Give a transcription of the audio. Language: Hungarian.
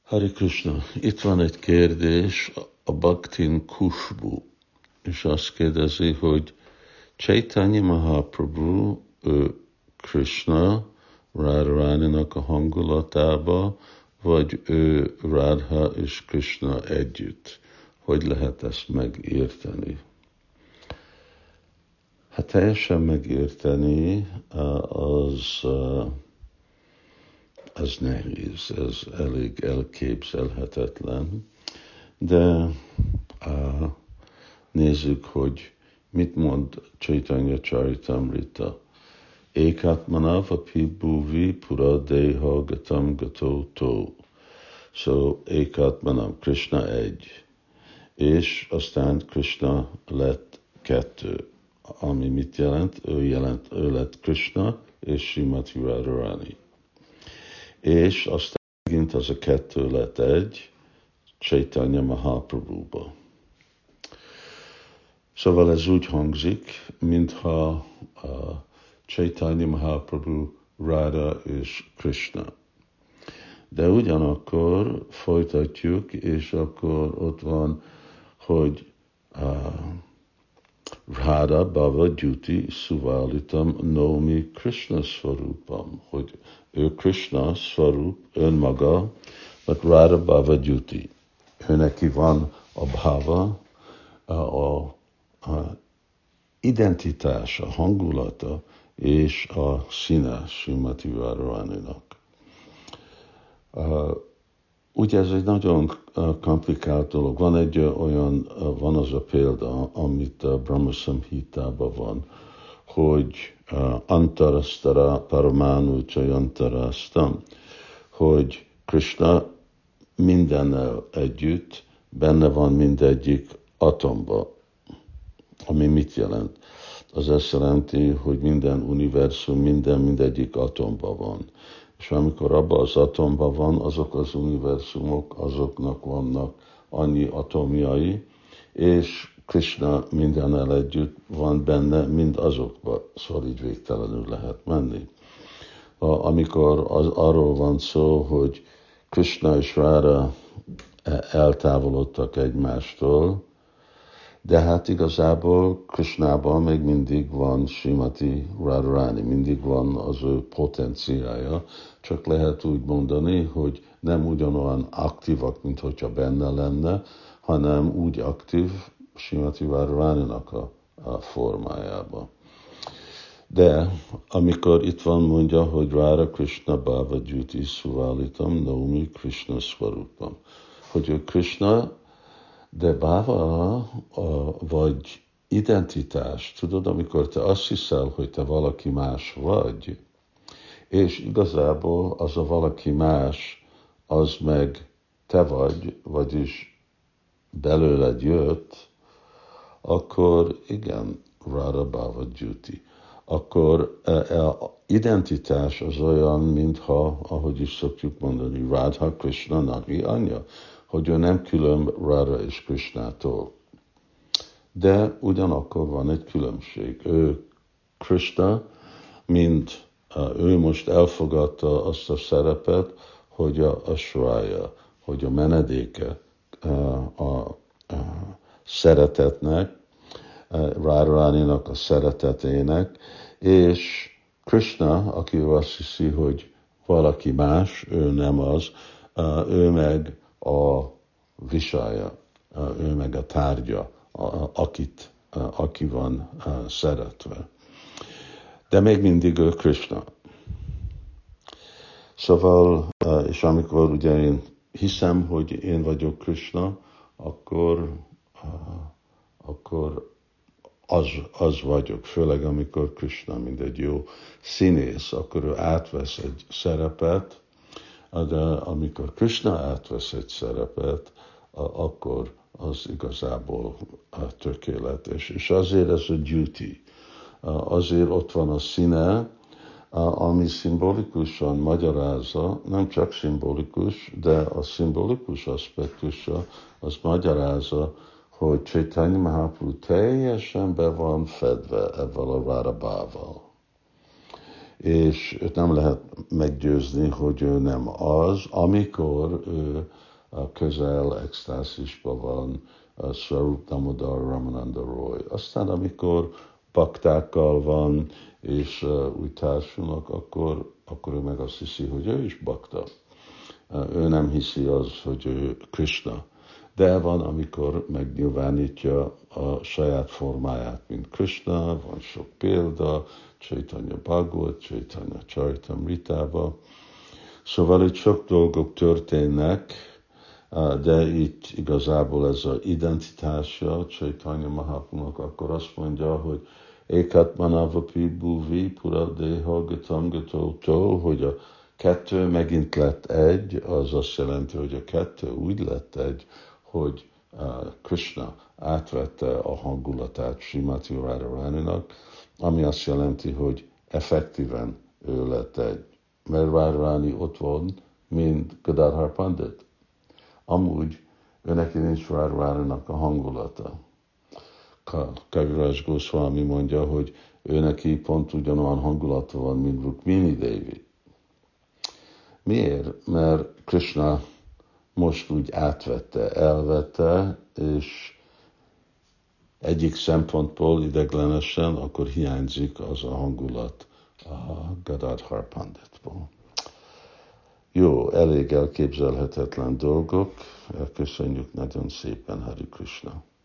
Hari Krishna, itt van egy kérdés a Bhaktin Kushbu, és azt kérdezi, hogy Chaitanya Mahaprabhu, ő Krishna, Radharaninak a hangulatába, vagy ő Radha és Krishna együtt. Hogy lehet ezt megérteni? Hát teljesen megérteni, az nehéz, ez elég elképzelhetetlen, de nézzük, hogy mit mond Chaitanya Charitamrita. Ekatmanav api bhuvi pura deha gatam gato to. So Ekatmanav, Krishna egy, és aztán Krishna lett kettő. Ami mit jelent? Ő lett Krishna és Srimati Radharani. És aztán megint az a kettő lett egy, Chaitanya Mahaprabhuba. Szóval ez úgy hangzik, mintha a Chaitanya Mahaprabhu, Radha és Krishna. De ugyanakkor folytatjuk, és akkor ott van, hogy Radha Bhava Jyoti Suvalitam Nomi Krishna Svarupam, hogy ő Krishna Svarup, önmaga, but Radha Bhava Jyoti. Ő neki van a bhava, a identitás, a hangulata és a színe Srimati Radharaninak. Ugye ez egy nagyon komplikált dolog. Van az a példa, amit a Brahma Samhitában van, hogy antarastara paramanu chayantarastam, hogy Krishna mindennel együtt benne van mindegyik atomba. Ami mit jelent? Az azt jelenti, hogy minden univerzum, mindegyik atomban van. És amikor abban az atomban van, azok az univerzumok, azoknak vannak annyi atomjai, és Krishna mindennel együtt van benne, mind azokban, szóval így végtelenül lehet menni. Amikor arról van szó, hogy Krishna és Radha eltávolodtak egymástól, de hát igazából Krishnában még mindig van Srimati Radharani, mindig van az ő potenciája, csak lehet úgy mondani, hogy nem ugyanolyan aktívak, mint hogyha benne lenne, hanem úgy aktív Srimati Radharaninak a formájában. De amikor itt van mondja, hogy Radha Krishna Bhava Jyoti Suvalitam Nomi Krishna Svarupam, hogy ő Krishna, de bhava, vagy identitás, tudod, amikor te azt hiszel, hogy te valaki más vagy, és igazából az a valaki más, az meg te vagy, vagyis belőled jött, akkor igen, Radha Bhava Jyoti. Akkor identitás az olyan, mintha, ahogy is szokjuk mondani, Radha Krishna Nagi Anya, hogy ő nem külön Radha és Krishnától. De ugyanakkor van egy különbség. Ő Krishna, mint ő most elfogadta azt a szerepet, hogy a srája, hogy a menedéke a szeretetnek, Radharaninak a szeretetének, és Krishna, aki azt hiszi, hogy valaki más, ő nem az, ő meg a visája, ő meg a tárgya, aki van szeretve. De még mindig ő Krishna. Szóval, és amikor ugye én hiszem, hogy én vagyok Krishna, akkor az vagyok, főleg amikor Krishna, mint egy jó színész, akkor ő átvesz egy szerepet, de amikor Krishna átvesz egy szerepet, akkor az igazából tökéletes. És azért ez a duty, azért ott van a színe, ami szimbolikusan magyarázza, nem csak szimbolikus, de a szimbolikus aspektusa az magyarázza, hogy Chaitanya Mahaprabhu teljesen be van fedve ebben a Radhabával. és őt nem lehet meggyőzni, hogy ő nem az, amikor ő a közel extázisban van, a Swarup Damodar Ramananda Roy. Aztán amikor baktákkal van, és úgy társulnak, akkor ő meg azt hiszi, hogy ő is bakta. Ő nem hiszi az, hogy ő Krishna. De van, amikor megnyilvánítja a saját formáját, mint Krishna, van sok példa, Chaitanya Bhagavat, Chaitanya Charitamrita-ba. Szóval itt sok dolgok történnek, de itt igazából ez az identitása Chaitanya Mahaprabhunak, akkor azt mondja, hogy Ékat Manavapi Bhuvi Pura Deha Gatam Gato, hogy a kettő megint lett egy, az azt jelenti, hogy a kettő úgy lett egy, hogy Krishna átvette a hangulatát Srimati Radharaninak, ami azt jelenti, hogy effektíven ő lett egy. Mert Radharani ott van, mint Gadadhar Pandit. Amúgy ő neki nincs Radharaninak a hangulata. Kaviraj Goswami mondja, hogy ő neki pont ugyanolyan hangulata van, mint Rukmini Devi. Miért? Mert Krishna most úgy átvette, elvette, és egyik szempontból ideglenesen akkor hiányzik az a hangulat a Gadadhar Panditból. Jó, elég elképzelhetetlen dolgok. Köszönjük nagyon szépen, Hari Krishna.